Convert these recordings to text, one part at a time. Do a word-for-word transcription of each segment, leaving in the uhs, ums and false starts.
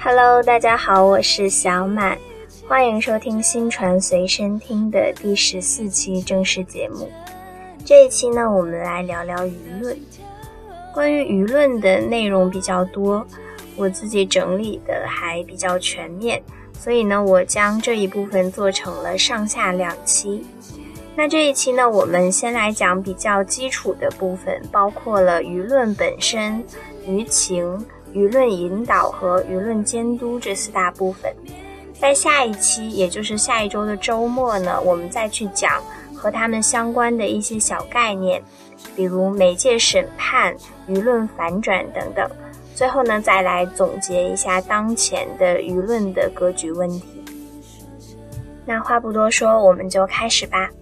Hello， 大家好，我是小满，欢迎收听新传随身听的第十四期正式节目。这一期呢，我们来聊聊舆论。关于舆论的内容比较多，我自己整理的还比较全面，所以呢，我将这一部分做成了上下两期。那这一期呢，我们先来讲比较基础的部分，包括了舆论本身、舆情、舆论引导和舆论监督这四大部分。在下一期，也就是下一周的周末呢，我们再去讲和他们相关的一些小概念，比如媒介审判、舆论反转等等。最后呢，再来总结一下当前的舆论的格局问题。那话不多说，我们就开始吧。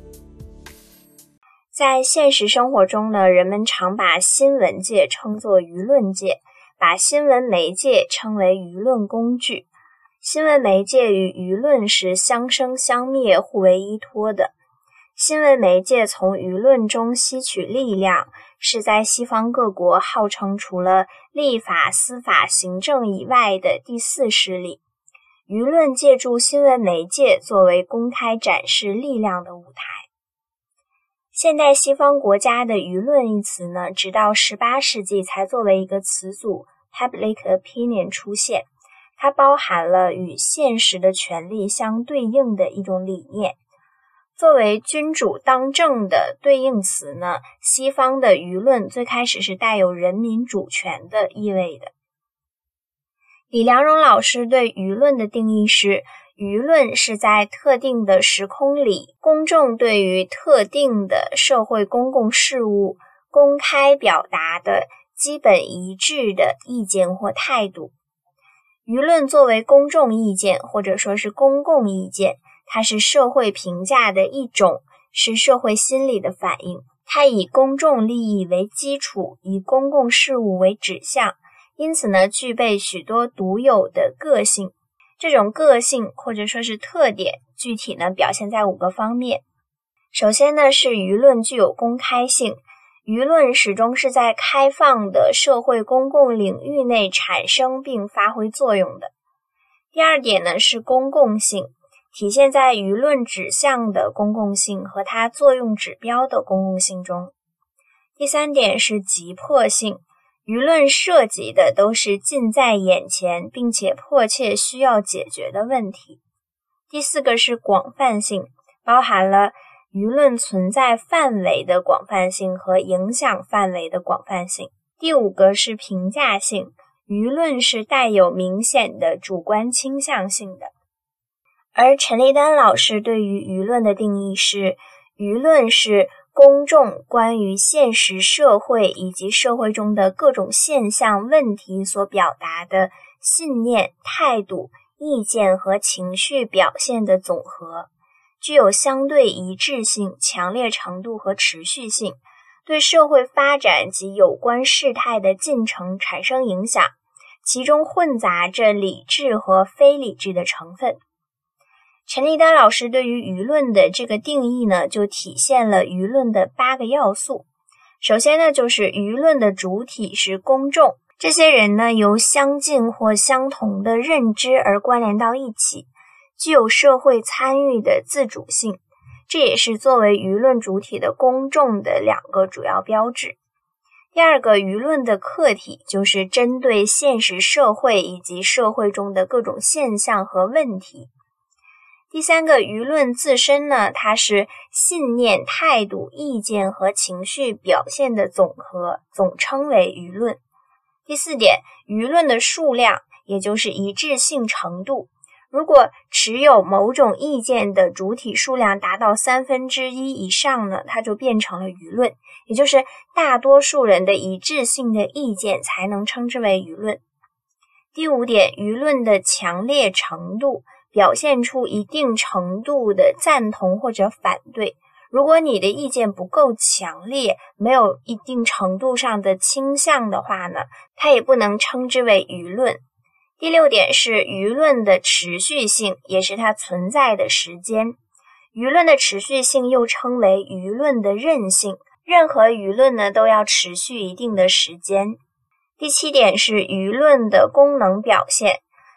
在现实生活中呢，人们常把新闻界称作舆论界，把新闻媒介称为舆论工具。新闻媒介与舆论是相生相灭、互为依托的。新闻媒介从舆论中吸取力量，是在西方各国号称除了立法、司法、行政以外的第四势力。舆论借助新闻媒介作为公开展示力量的舞台。现代西方国家的舆论一词呢，直到十八世纪才作为一个词组 public opinion 出现，它包含了与现实的权利相对应的一种理念。作为君主当政的对应词呢，西方的舆论最开始是带有人民主权的意味的。李良荣老师对舆论的定义是，舆论是在特定的时空里，公众对于特定的社会公共事务公开表达的基本一致的意见或态度。舆论作为公众意见或者说是公共意见，它是社会评价的一种，是社会心理的反应。它以公众利益为基础，以公共事务为指向，因此呢，具备许多独有的个性。这种个性或者说是特点，具体呢表现在五个方面。首先呢，是舆论具有公开性，舆论始终是在开放的社会公共领域内产生并发挥作用的。第二点呢，是公共性，体现在舆论指向的公共性和它作用指标的公共性中。第三点是急迫性，舆论涉及的都是近在眼前并且迫切需要解决的问题。第四个是广泛性，包含了舆论存在范围的广泛性和影响范围的广泛性。第五个是评价性，舆论是带有明显的主观倾向性的。而陈立丹老师对于舆论的定义是，舆论是公众关于现实社会以及社会中的各种现象问题所表达的信念、态度、意见和情绪表现的总和，具有相对一致性、强烈程度和持续性，对社会发展及有关事态的进程产生影响，其中混杂着理智和非理智的成分。陈立丹老师对于舆论的这个定义呢，就体现了舆论的八个要素。首先呢，就是舆论的主体是公众，这些人呢，由相近或相同的认知而关联到一起，具有社会参与的自主性，这也是作为舆论主体的公众的两个主要标志。第二个，舆论的客体就是针对现实社会以及社会中的各种现象和问题。第三个，舆论自身呢，它是信念、态度、意见和情绪表现的总和，总称为舆论。第四点，舆论的数量，也就是一致性程度。如果持有某种意见的主体数量达到三分之一以上呢，它就变成了舆论，也就是大多数人的一致性的意见才能称之为舆论。第五点，舆论的强烈程度，表现出一定程度的赞同或者反对。如果你的意见不够强烈，没有一定程度上的倾向的话呢，它也不能称之为舆论。第六点是舆论的持续性，也是它存在的时间。舆论的持续性又称为舆论的韧性，任何舆论呢都要持续一定的时间。第七点是舆论的功能表现，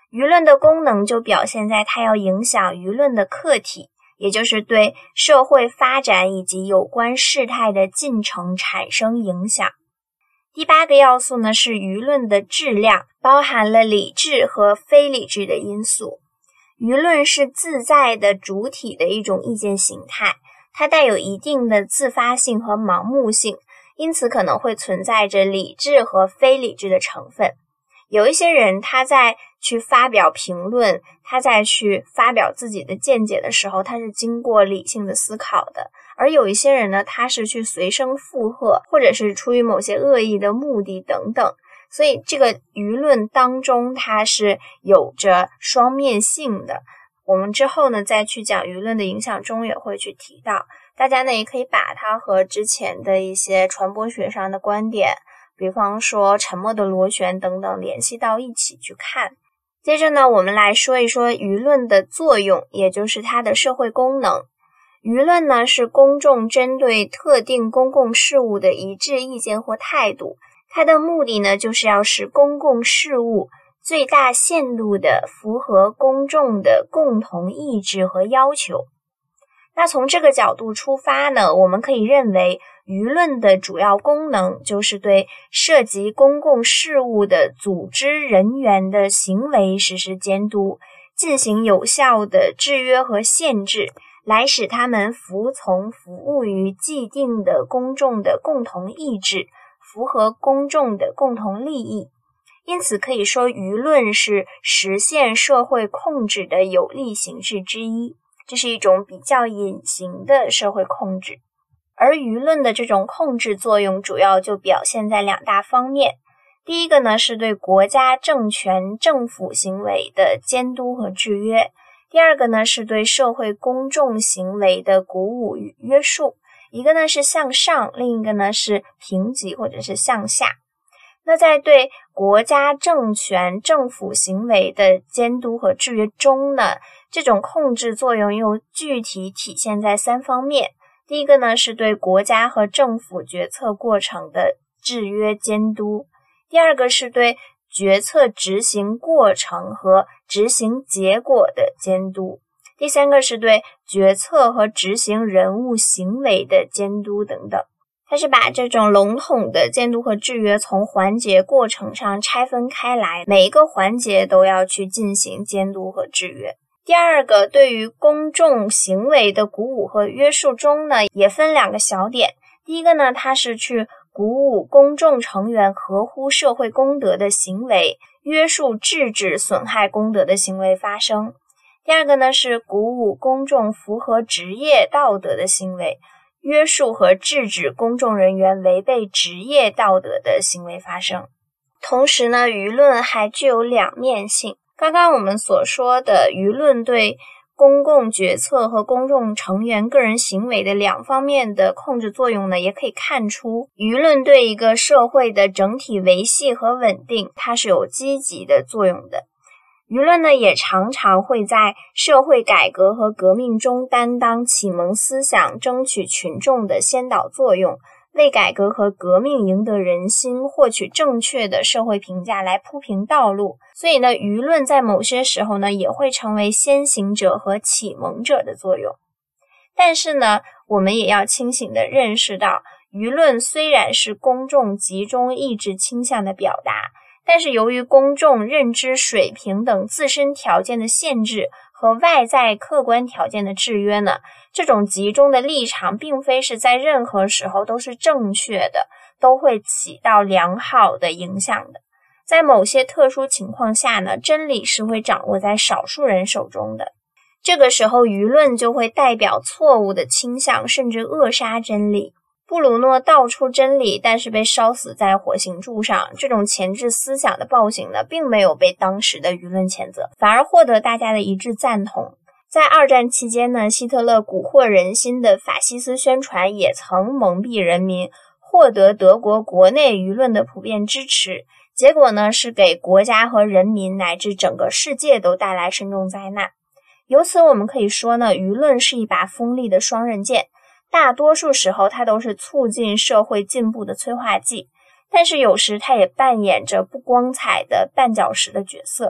舆论的功能就表现在它要影响舆论的客体，也就是对社会发展以及有关事态的进程产生影响。第八个要素呢是舆论的质量，包含了理智和非理智的因素。舆论是自在的主体的一种意见形态，它带有一定的自发性和盲目性，因此可能会存在着理智和非理智的成分。有一些人他在去发表评论，他在去发表自己的见解的时候，他是经过理性的思考的，而有一些人呢，他是去随声附和，或者是出于某些恶意的目的等等。所以这个舆论当中它是有着双面性的，我们之后呢再去讲舆论的影响中也会去提到，大家呢也可以把它和之前的一些传播学上的观点，比方说沉默的螺旋等等联系到一起去看。接着呢我们来说一说舆论的作用，也就是它的社会功能。舆论呢是公众针对特定公共事务的一致意见或态度，它的目的呢就是要使公共事务最大限度地符合公众的共同意志和要求。那从这个角度出发呢，我们可以认为舆论的主要功能就是对涉及公共事务的组织人员的行为实施监督，进行有效的制约和限制，来使他们服从服务于既定的公众的共同意志，符合公众的共同利益。因此可以说舆论是实现社会控制的有力形式之一，这是一种比较隐形的社会控制。而舆论的这种控制作用主要就表现在两大方面。第一个呢是对国家政权政府行为的监督和制约，第二个呢是对社会公众行为的鼓舞与约束，一个呢是向上，另一个呢是平级或者是向下。那在对国家政权政府行为的监督和制约中呢，这种控制作用又具体体现在三方面。第一个呢是对国家和政府决策过程的制约监督，第二个是对决策执行过程和执行结果的监督，第三个是对决策和执行人物行为的监督等等。它是把这种笼统的监督和制约从环节过程上拆分开来，每一个环节都要去进行监督和制约。第二个，对于公众行为的鼓舞和约束中呢，也分两个小点。第一个呢，它是去鼓舞公众成员合乎社会公德的行为，约束制止损害公德的行为发生。第二个呢，是鼓舞公众符合职业道德的行为，约束和制止公众人员违背职业道德的行为发生。同时呢，舆论还具有两面性。刚刚我们所说的舆论对公共决策和公众成员个人行为的两方面的控制作用呢，也可以看出舆论对一个社会的整体维系和稳定，它是有积极的作用的。舆论呢，也常常会在社会改革和革命中担当启蒙思想、争取群众的先导作用，为改革和革命赢得人心，获取正确的社会评价来铺平道路。所以呢，舆论在某些时候呢，也会成为先行者和启蒙者的作用。但是呢，我们也要清醒地认识到，舆论虽然是公众集中意志倾向的表达，但是由于公众认知水平等自身条件的限制和外在客观条件的制约呢，这种集中的立场并非是在任何时候都是正确的，都会起到良好的影响的。在某些特殊情况下呢，真理是会掌握在少数人手中的。这个时候舆论就会代表错误的倾向，甚至扼杀真理。布鲁诺道出真理，但是被烧死在火刑柱上，这种前置思想的暴行呢，并没有被当时的舆论谴责，反而获得大家的一致赞同。在二战期间呢，希特勒蛊惑人心的法西斯宣传也曾蒙蔽人民，获得德国国内舆论的普遍支持，结果呢是给国家和人民乃至整个世界都带来深重灾难。由此我们可以说呢，舆论是一把锋利的双刃剑，大多数时候它都是促进社会进步的催化剂，但是有时它也扮演着不光彩的绊脚石的角色。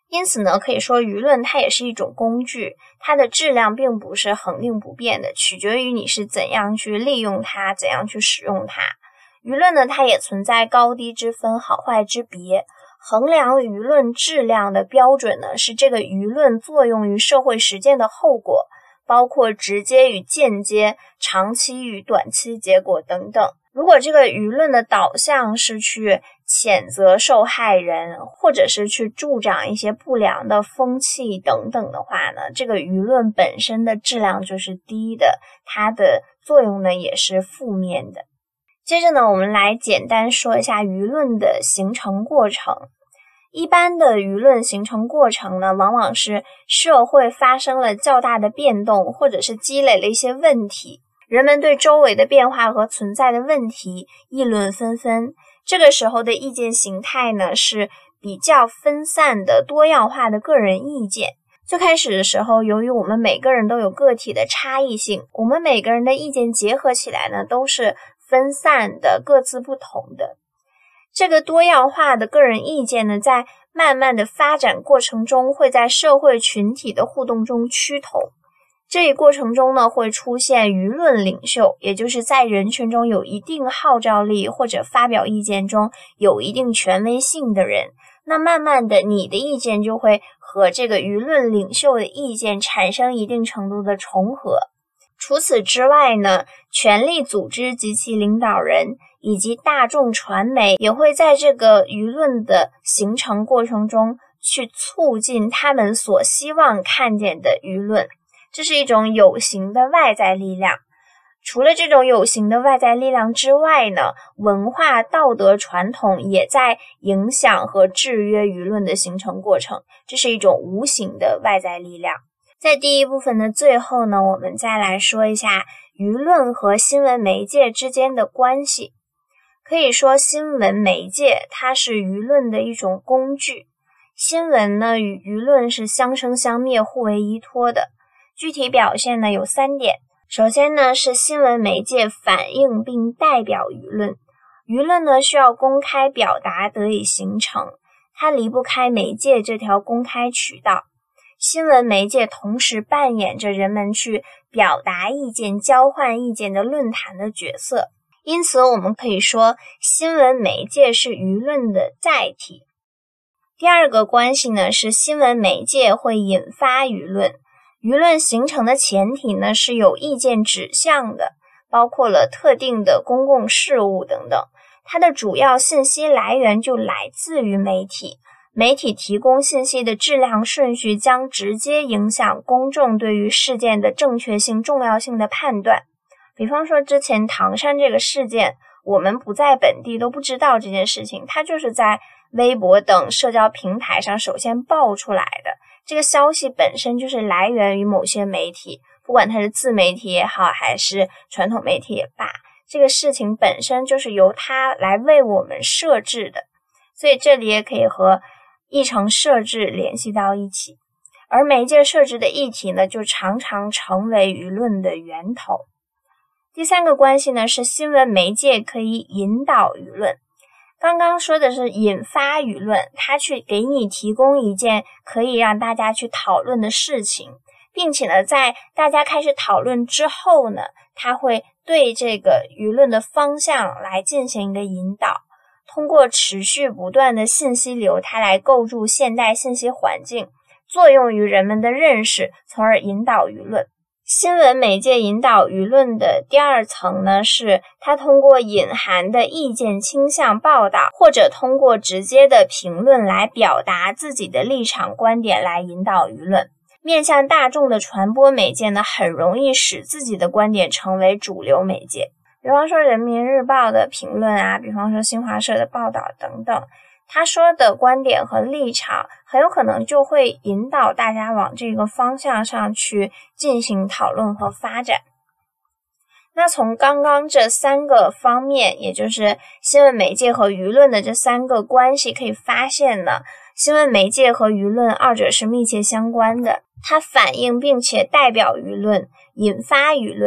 因此呢，可以说舆论它也是一种工具，它的质量并不是恒定不变的，取决于你是怎样去利用它，怎样去使用它。舆论呢，它也存在高低之分，好坏之别。衡量舆论质量的标准呢，是这个舆论作用于社会实践的后果，包括直接与间接、长期与短期结果等等。如果这个舆论的导向是去谴责受害人，或者是去助长一些不良的风气等等的话呢，这个舆论本身的质量就是低的，它的作用呢也是负面的。接着呢，我们来简单说一下舆论的形成过程。一般的舆论形成过程呢，往往是社会发生了较大的变动，或者是积累了一些问题，人们对周围的变化和存在的问题议论纷纷。这个时候的意见形态呢，是比较分散的多样化的个人意见。最开始的时候，由于我们每个人都有个体的差异性，我们每个人的意见结合起来呢，都是分散的，各自不同的。这个多样化的个人意见呢，在慢慢的发展过程中，会在社会群体的互动中趋同。这一过程中呢，会出现舆论领袖，也就是在人群中有一定号召力，或者发表意见中有一定权威性的人。那慢慢的，你的意见就会和这个舆论领袖的意见产生一定程度的重合。除此之外呢，权力组织及其领导人以及大众传媒也会在这个舆论的形成过程中去促进他们所希望看见的舆论。这是一种有形的外在力量。除了这种有形的外在力量之外呢，文化道德传统也在影响和制约舆论的形成过程，这是一种无形的外在力量。在第一部分的最后呢，我们再来说一下舆论和新闻媒介之间的关系。可以说新闻媒介它是舆论的一种工具，新闻呢与舆论是相生相灭，互为依托的。具体表现呢有三点。首先呢，是新闻媒介反映并代表舆论。舆论呢需要公开表达得以形成，它离不开媒介这条公开渠道。新闻媒介同时扮演着人们去表达意见、交换意见的论坛的角色。因此我们可以说新闻媒介是舆论的载体。第二个关系呢，是新闻媒介会引发舆论。舆论形成的前提呢，是有意见指向的，包括了特定的公共事务等等。它的主要信息来源就来自于媒体，媒体提供信息的质量顺序将直接影响公众对于事件的正确性、重要性的判断。比方说之前唐山这个事件，我们不在本地都不知道这件事情，它就是在微博等社交平台上首先爆出来的。这个消息本身就是来源于某些媒体，不管它是自媒体也好，还是传统媒体也罢，这个事情本身就是由它来为我们设置的，所以这里也可以和议程设置联系到一起。而媒介设置的议题呢，就常常成为舆论的源头。第三个关系呢，是新闻媒介可以引导舆论。刚刚说的是引发舆论，它去给你提供一件可以让大家去讨论的事情，并且呢，在大家开始讨论之后呢，它会对这个舆论的方向来进行一个引导，通过持续不断的信息流，它来构筑现代信息环境，作用于人们的认识，从而引导舆论。新闻媒介引导舆论的第二层呢，是它通过隐含的意见倾向报道，或者通过直接的评论来表达自己的立场观点来引导舆论。面向大众的传播媒介呢，很容易使自己的观点成为主流媒介。比方说人民日报的评论啊，比方说新华社的报道等等，他说的观点和立场很有可能就会引导大家往这个方向上去进行讨论和发展。那从刚刚这三个方面，也就是新闻媒介和舆论的这三个关系可以发现呢，新闻媒介和舆论二者是密切相关的，它反映并且代表舆论，引发舆论，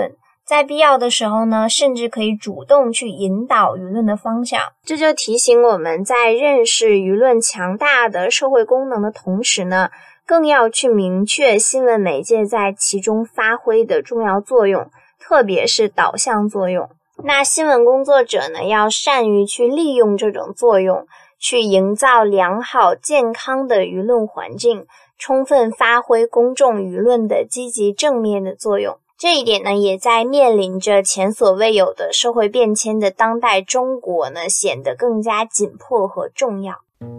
在必要的时候呢，甚至可以主动去引导舆论的方向。这就提醒我们在认识舆论强大的社会功能的同时呢，更要去明确新闻媒介在其中发挥的重要作用，特别是导向作用。那新闻工作者呢，要善于去利用这种作用，去营造良好健康的舆论环境，充分发挥公众舆论的积极正面的作用。这一点呢，也在面临着前所未有的社会变迁的当代中国呢，显得更加紧迫和重要。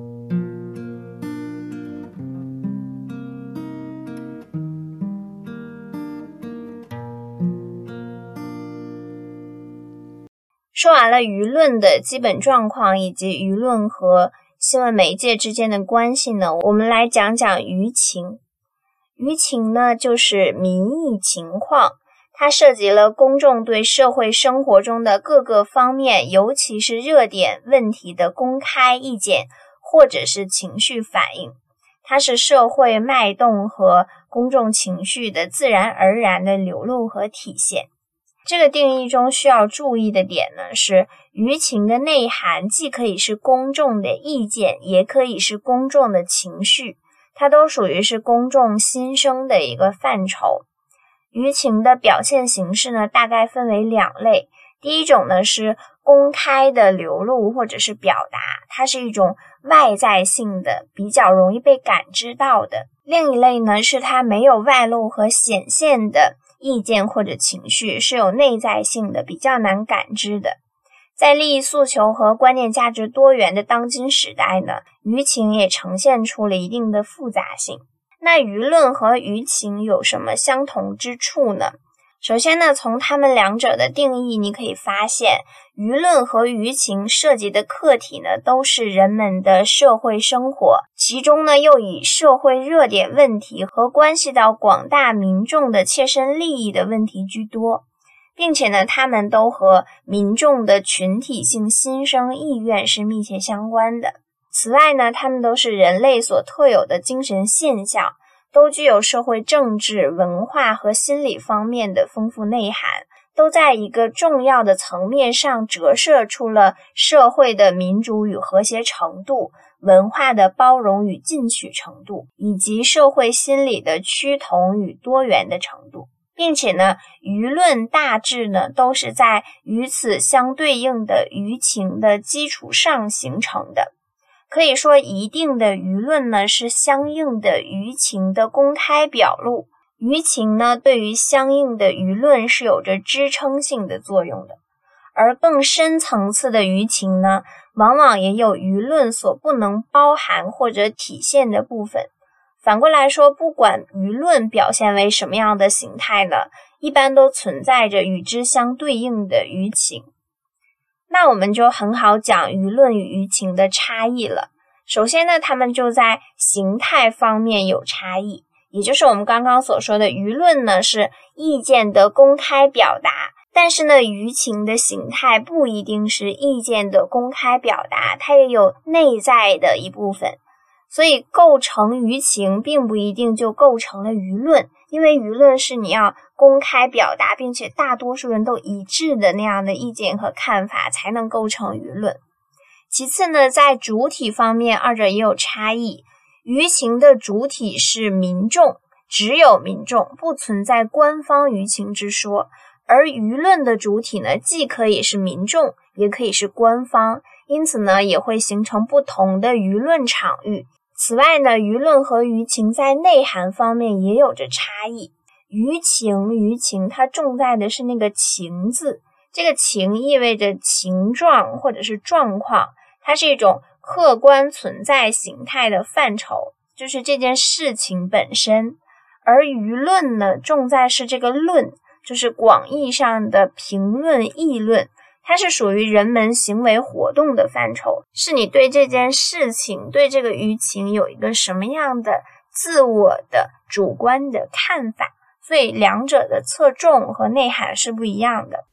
说完了舆论的基本状况以及舆论和新闻媒介之间的关系呢，我们来讲讲舆情。舆情呢，就是民意情况，它涉及了公众对社会生活中的各个方面，尤其是热点问题的公开意见或者是情绪反应。它是社会脉动和公众情绪的自然而然的流露和体现。这个定义中需要注意的点呢，是舆情的内涵既可以是公众的意见，也可以是公众的情绪，它都属于是公众心声的一个范畴。舆情的表现形式呢，大概分为两类。第一种呢，是公开的流露或者是表达，它是一种外在性的，比较容易被感知到的。另一类呢，是它没有外露和显现的意见或者情绪，是有内在性的，比较难感知的。在利益诉求和观念价值多元的当今时代呢，舆情也呈现出了一定的复杂性。那舆论和舆情有什么相同之处呢？首先呢，从他们两者的定义，你可以发现，舆论和舆情涉及的课题呢，都是人们的社会生活，其中呢，又以社会热点问题和关系到广大民众的切身利益的问题居多，并且呢，他们都和民众的群体性心声意愿是密切相关的。此外呢，他们都是人类所特有的精神现象，都具有社会政治、文化和心理方面的丰富内涵，都在一个重要的层面上折射出了社会的民主与和谐程度、文化的包容与进取程度，以及社会心理的趋同与多元的程度。并且呢，舆论大致呢都是在与此相对应的舆情的基础上形成的。可以说，一定的舆论呢是相应的舆情的公开表露，舆情呢对于相应的舆论是有着支撑性的作用的。而更深层次的舆情呢，往往也有舆论所不能包含或者体现的部分。反过来说，不管舆论表现为什么样的形态呢，一般都存在着与之相对应的舆情。那我们就很好讲舆论与舆情的差异了。首先呢，他们就在形态方面有差异，也就是我们刚刚所说的，舆论呢是意见的公开表达，但是呢，舆情的形态不一定是意见的公开表达，它也有内在的一部分。所以构成舆情并不一定就构成了舆论，因为舆论是你要公开表达，并且大多数人都一致的那样的意见和看法才能构成舆论。其次呢，在主体方面，二者也有差异。舆情的主体是民众，只有民众，不存在官方舆情之说。而舆论的主体呢，既可以是民众，也可以是官方，因此呢，也会形成不同的舆论场域。此外呢，舆论和舆情在内涵方面也有着差异。舆情，舆情它重在的是那个情字，这个情意味着情状或者是状况，它是一种客观存在形态的范畴，就是这件事情本身。而舆论呢，重在是这个论，就是广义上的评论议论，它是属于人们行为活动的范畴，是你对这件事情，对这个舆情有一个什么样的自我的主观的看法，所以两者的侧重和内涵是不一样的。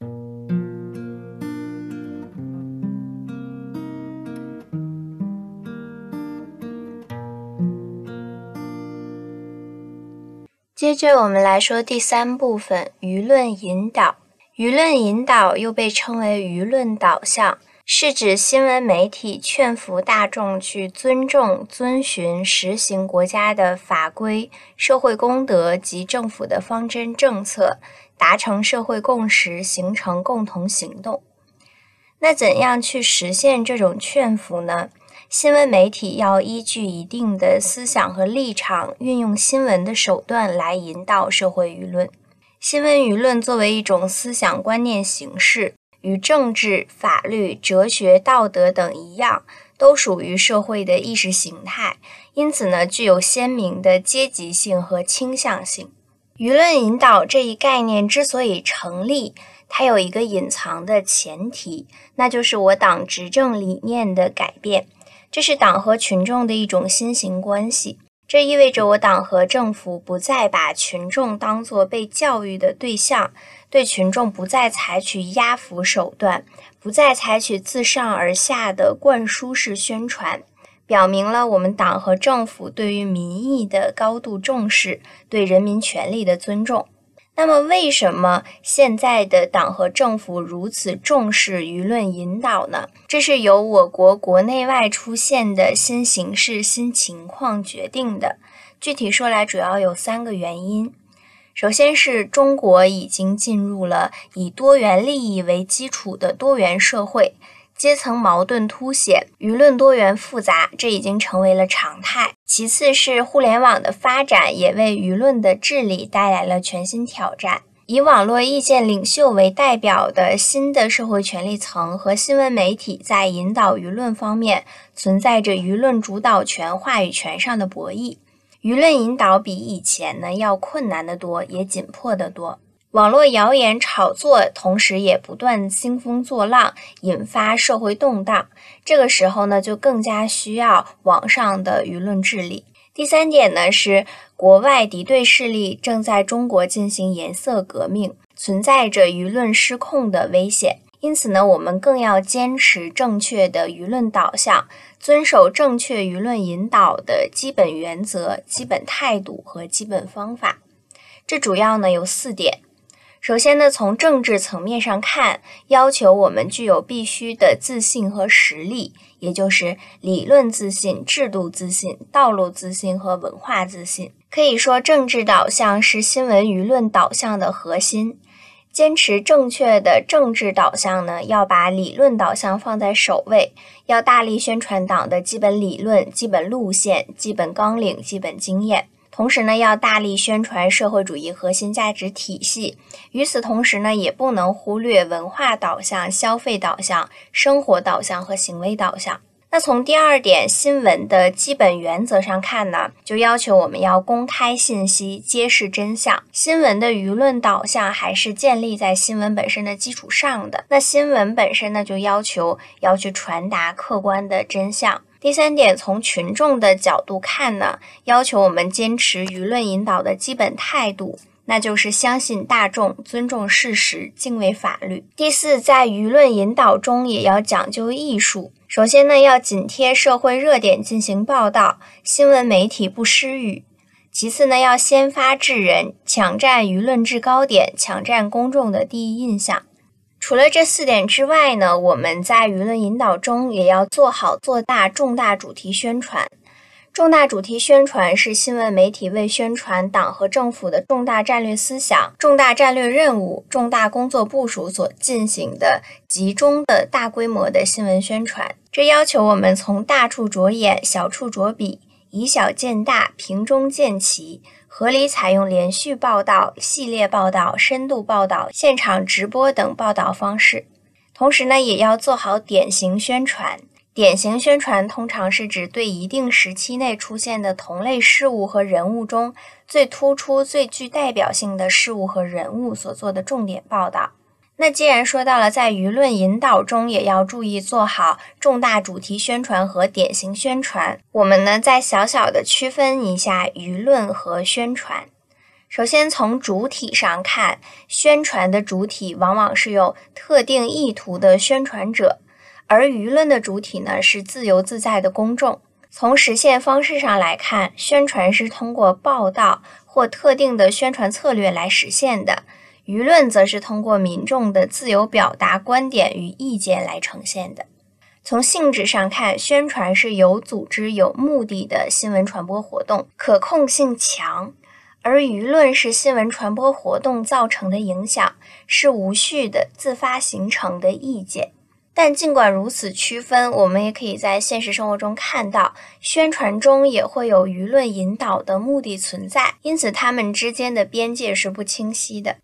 接着我们来说第三部分，舆论引导。 舆论引导又被称为舆论导向，是指新闻媒体劝服大众去尊重、遵循、实行国家的法规、社会公德及政府的方针政策，达成社会共识，形成共同行动。那怎样去实现这种劝服呢？新闻媒体要依据一定的思想和立场，运用新闻的手段来引导社会舆论。新闻舆论作为一种思想观念形式，与政治、法律、哲学、道德等一样，都属于社会的意识形态，因此呢，具有鲜明的阶级性和倾向性。舆论引导这一概念之所以成立，它有一个隐藏的前提，那就是我党执政理念的改变。这是党和群众的一种新型关系，这意味着我党和政府不再把群众当作被教育的对象，对群众不再采取压服手段，不再采取自上而下的灌输式宣传，表明了我们党和政府对于民意的高度重视，对人民权利的尊重。那么为什么现在的党和政府如此重视舆论引导呢？这是由我国国内外出现的新形势、新情况决定的。具体说来，主要有三个原因。首先是中国已经进入了以多元利益为基础的多元社会，阶层矛盾凸显，舆论多元复杂，这已经成为了常态。其次是互联网的发展也为舆论的治理带来了全新挑战。以网络意见领袖为代表的新的社会权力层和新闻媒体在引导舆论方面存在着舆论主导权、话语权上的博弈。舆论引导比以前呢要困难得多，也紧迫得多。网络谣言炒作同时也不断兴风作浪，引发社会动荡。这个时候呢，就更加需要网上的舆论治理。第三点呢，是国外敌对势力正在中国进行颜色革命，存在着舆论失控的危险。因此呢，我们更要坚持正确的舆论导向，遵守正确舆论引导的基本原则、基本态度和基本方法。这主要呢有四点。首先呢，从政治层面上看，要求我们具有必须的自信和实力，也就是理论自信、制度自信、道路自信和文化自信。可以说，政治导向是新闻舆论导向的核心。坚持正确的政治导向呢，要把理论导向放在首位，要大力宣传党的基本理论、基本路线、基本纲领、基本经验。同时呢，要大力宣传社会主义核心价值体系。与此同时呢，也不能忽略文化导向、消费导向、生活导向和行为导向。那从第二点新闻的基本原则上看呢，就要求我们要公开信息，揭示真相。新闻的舆论导向还是建立在新闻本身的基础上的。那新闻本身呢，就要求要去传达客观的真相。第三点，从群众的角度看呢，要求我们坚持舆论引导的基本态度，那就是相信大众、尊重事实、敬畏法律。第四，在舆论引导中也要讲究艺术。首先呢，要紧贴社会热点进行报道，新闻媒体不失语。其次呢，要先发制人，抢占舆论制高点，抢占公众的第一印象。除了这四点之外呢，我们在舆论引导中也要做好做大重大主题宣传。重大主题宣传是新闻媒体为宣传党和政府的重大战略思想、重大战略任务、重大工作部署所进行的集中的大规模的新闻宣传。这要求我们从大处着眼，小处着笔，以小见大，平中见奇，合理采用连续报道、系列报道、深度报道、现场直播等报道方式。同时呢，也要做好典型宣传。典型宣传通常是指对一定时期内出现的同类事物和人物中最突出、最具代表性的事物和人物所做的重点报道。那既然说到了在舆论引导中也要注意做好重大主题宣传和典型宣传，我们呢再小小的区分一下舆论和宣传。首先从主体上看，宣传的主体往往是有特定意图的宣传者，而舆论的主体呢是自由自在的公众。从实现方式上来看，宣传是通过报道或特定的宣传策略来实现的， 舆论则是通过民众的自由表达观点与意见来呈现的。从性质上看，宣传是有组织、有目的的新闻传播活动，可控性强；而舆论是新闻传播活动造成的影响，是无序的、自发形成的意见。但尽管如此区分，我们也可以在现实生活中看到，宣传中也会有舆论引导的目的存在，因此它们之间的边界是不清晰的。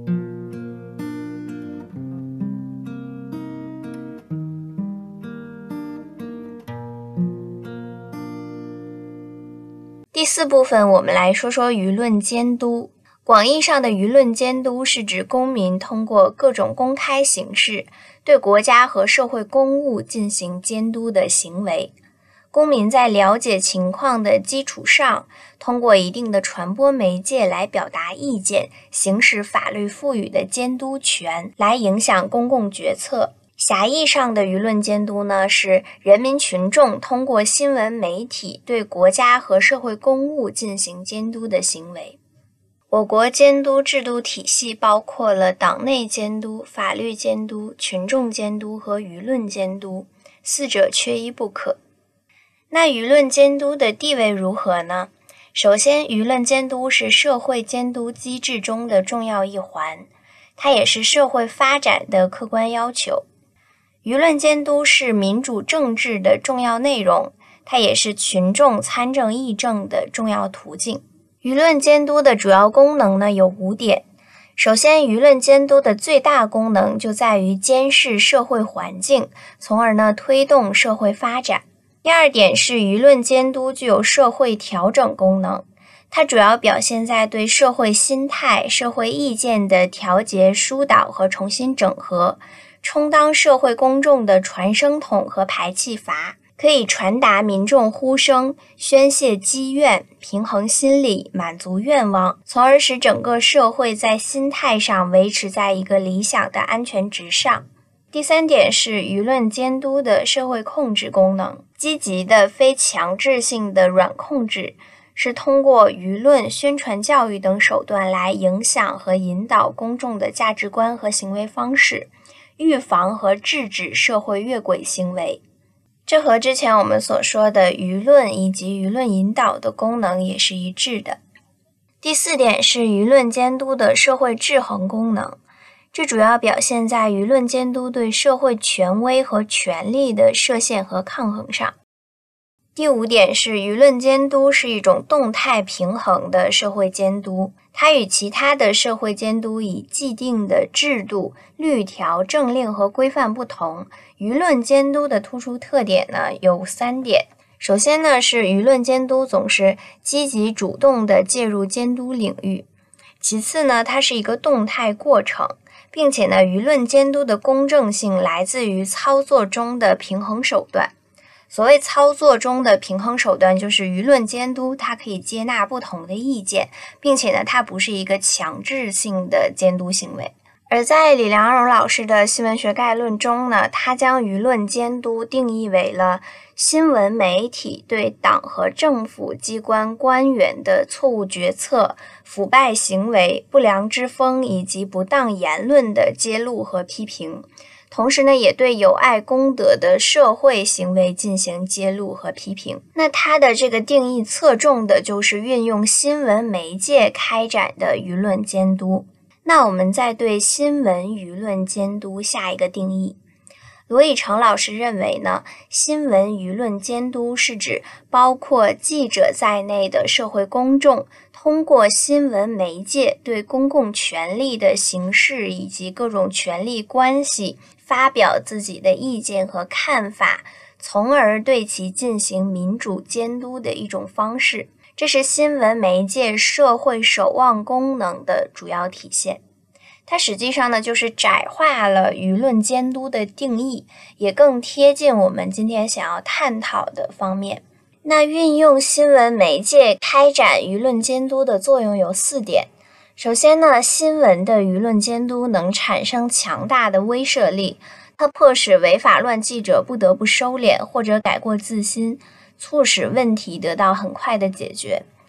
第四部分，我们来说说舆论监督。广义上的舆论监督是指公民通过各种公开形式对国家和社会公务进行监督的行为。公民在了解情况的基础上，通过一定的传播媒介来表达意见，行使法律赋予的监督权，来影响公共决策。狭义上的舆论监督呢，是人民群众通过新闻媒体对国家和社会公务进行监督的行为。我国监督制度体系包括了党内监督、法律监督、群众监督和舆论监督，四者缺一不可。那舆论监督的地位如何呢？首先，舆论监督是社会监督机制中的重要一环，它也是社会发展的客观要求。舆论监督是民主政治的重要内容，它也是群众参政议政的重要途径。舆论监督的主要功能呢有五点。首先，舆论监督的最大功能就在于监视社会环境，从而呢推动社会发展。第二点是舆论监督具有社会调整功能，它主要表现在对社会心态、社会意见的调节、疏导和重新整合，充当社会公众的传声筒和排气阀，可以传达民众呼声，宣泄积怨，平衡心理，满足愿望，从而使整个社会在心态上维持在一个理想的安全值上。第三点是舆论监督的社会控制功能，积极的非强制性的软控制，是通过舆论、宣传教育等手段来影响和引导公众的价值观和行为方式，预防和制止社会越轨行为。这和之前我们所说的舆论以及舆论引导的功能也是一致的。第四点是舆论监督的社会制衡功能，这主要表现在舆论监督对社会权威和权力的设限和抗衡上。第五点是舆论监督是一种动态平衡的社会监督，它与其他的社会监督以既定的制度、律条、政令和规范不同。舆论监督的突出特点呢有三点。首先呢是舆论监督总是积极主动地介入监督领域。其次呢，它是一个动态过程，并且呢舆论监督的公正性来自于操作中的平衡手段。所谓操作中的平衡手段，就是舆论监督它可以接纳不同的意见，并且呢它不是一个强制性的监督行为。而在李良荣老师的新闻学概论中呢，他将舆论监督定义为了新闻媒体对党和政府机关官员的错误决策、腐败行为、不良之风以及不当言论的揭露和批评，同时呢也对有碍公德的社会行为进行揭露和批评。那它的这个定义侧重的就是运用新闻媒介开展的舆论监督。那我们再对新闻舆论监督下一个定义。罗以成老师认为呢，新闻舆论监督是指包括记者在内的社会公众，通过新闻媒介对公共权力的行使以及各种权力关系发表自己的意见和看法，从而对其进行民主监督的一种方式。这是新闻媒介社会守望功能的主要体现。它实际上呢，就是窄化了舆论监督的定义，也更贴近我们今天想要探讨的方面。那运用新闻媒介开展舆论监督的作用有四点。首先呢，新闻的舆论监督能产生强大的威慑力，它迫使违法乱纪者不得不收敛或者改过自新，促使问题得到很快的解决。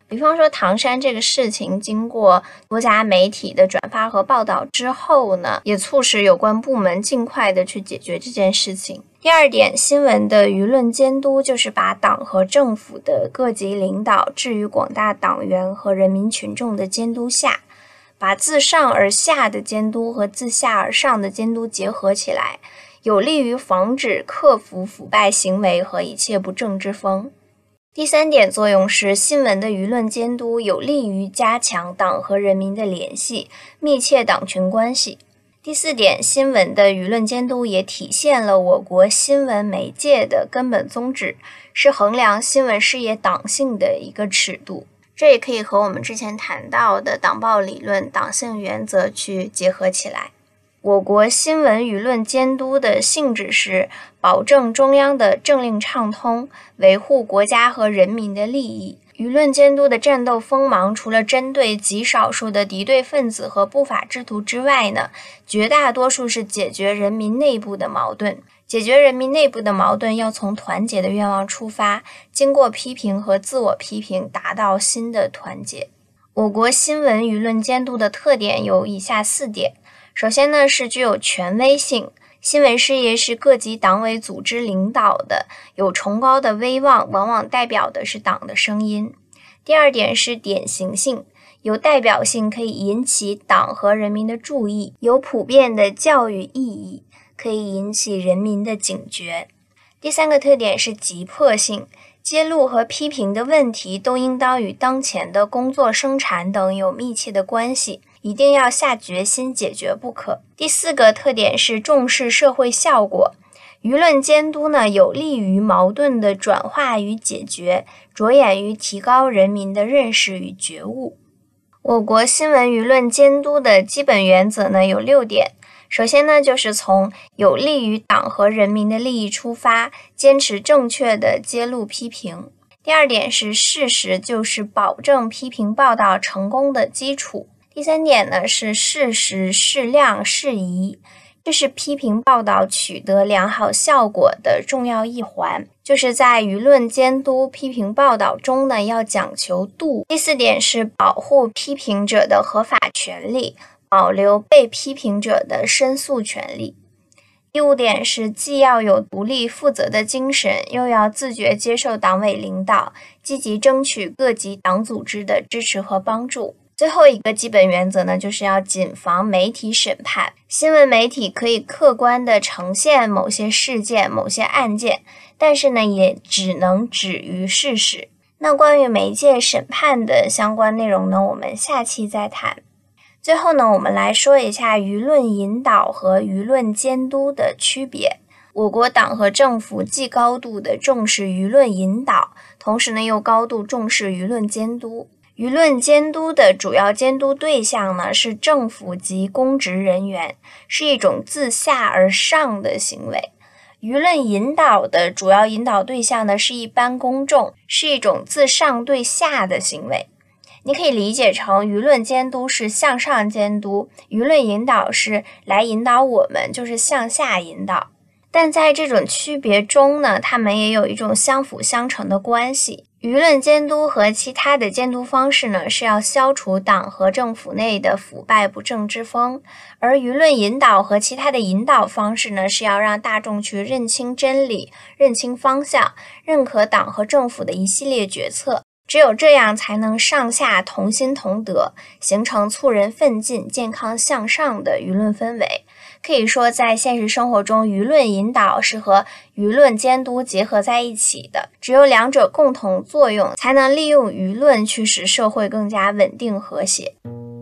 比方说唐山这个事情经过多家媒体的转发和报道之后呢，也促使有关部门尽快的去解决这件事情。第二点，新闻的舆论监督就是把党和政府的各级领导置于广大党员和人民群众的监督下，把自上而下的监督和自下而上的监督结合起来，有利于防止克服腐败行为和一切不正之风。第三点作用是，新闻的舆论监督有利于加强党和人民的联系，密切党群关系。第四点，新闻的舆论监督也体现了我国新闻媒介的根本宗旨，是衡量新闻事业党性的一个尺度。这也可以和我们之前谈到的党报理论、党性原则去结合起来。我国新闻舆论监督的性质是保证中央的政令畅通，维护国家和人民的利益。舆论监督的战斗锋芒，除了针对极少数的敌对分子和不法之徒之外呢，绝大多数是解决人民内部的矛盾。解决人民内部的矛盾要从团结的愿望出发，经过批评和自我批评，达到新的团结。我国新闻舆论监督的特点有以下四点。首先呢，是具有权威性，新闻事业是各级党委组织领导的，有崇高的威望，往往代表的是党的声音。第二点是典型性，有代表性，可以引起党和人民的注意，有普遍的教育意义，可以引起人民的警觉。第三个特点是急迫性，揭露和批评的问题都应当与当前的工作生产等有密切的关系，一定要下决心解决不可。第四个特点是重视社会效果，舆论监督呢，有利于矛盾的转化与解决，着眼于提高人民的认识与觉悟。我国新闻舆论监督的基本原则呢有六点。首先呢，就是从有利于党和人民的利益出发，坚持正确的揭露批评。第二点是事实就是保证批评报道成功的基础。第三点呢是事实适量适宜，这是批评报道取得良好效果的重要一环，就是在舆论监督批评报道中呢要讲求度。第四点是保护批评者的合法权利，保留被批评者的申诉权利。第五点是既要有独立负责的精神，又要自觉接受党委领导，积极争取各级党组织的支持和帮助。最后一个基本原则呢，就是要谨防媒体审判。新闻媒体可以客观地呈现某些事件、某些案件，但是呢，也只能止于事实。那关于媒介审判的相关内容呢，我们下期再谈。最后呢，我们来说一下舆论引导和舆论监督的区别。我国党和政府既高度的重视舆论引导，同时呢又高度重视舆论监督。舆论监督的主要监督对象呢是政府及公职人员，是一种自下而上的行为。舆论引导的主要引导对象呢是一般公众，是一种自上对下的行为。你可以理解成舆论监督是向上监督，舆论引导是来引导我们，就是向下引导。但在这种区别中呢，它们也有一种相辅相成的关系。舆论监督和其他的监督方式呢，是要消除党和政府内的腐败不正之风，而舆论引导和其他的引导方式呢，是要让大众去认清真理、认清方向，认可党和政府的一系列决策。只有这样才能上下同心同德，形成促人奋进、健康向上的舆论氛围。可以说，在现实生活中，舆论引导是和舆论监督结合在一起的。只有两者共同作用，才能利用舆论去使社会更加稳定和谐。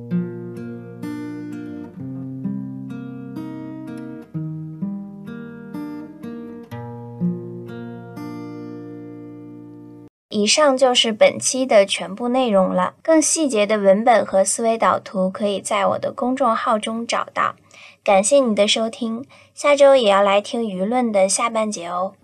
以上就是本期的全部内容了。更细节的文本和思维导图可以在我的公众号中找到。感谢你的收听，下周也要来听舆论的下半节哦。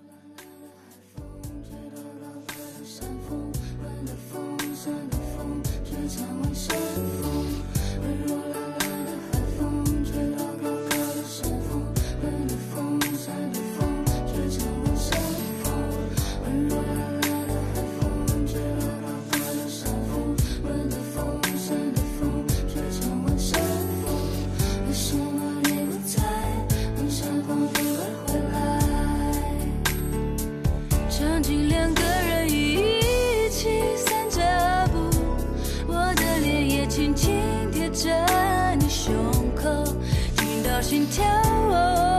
心跳。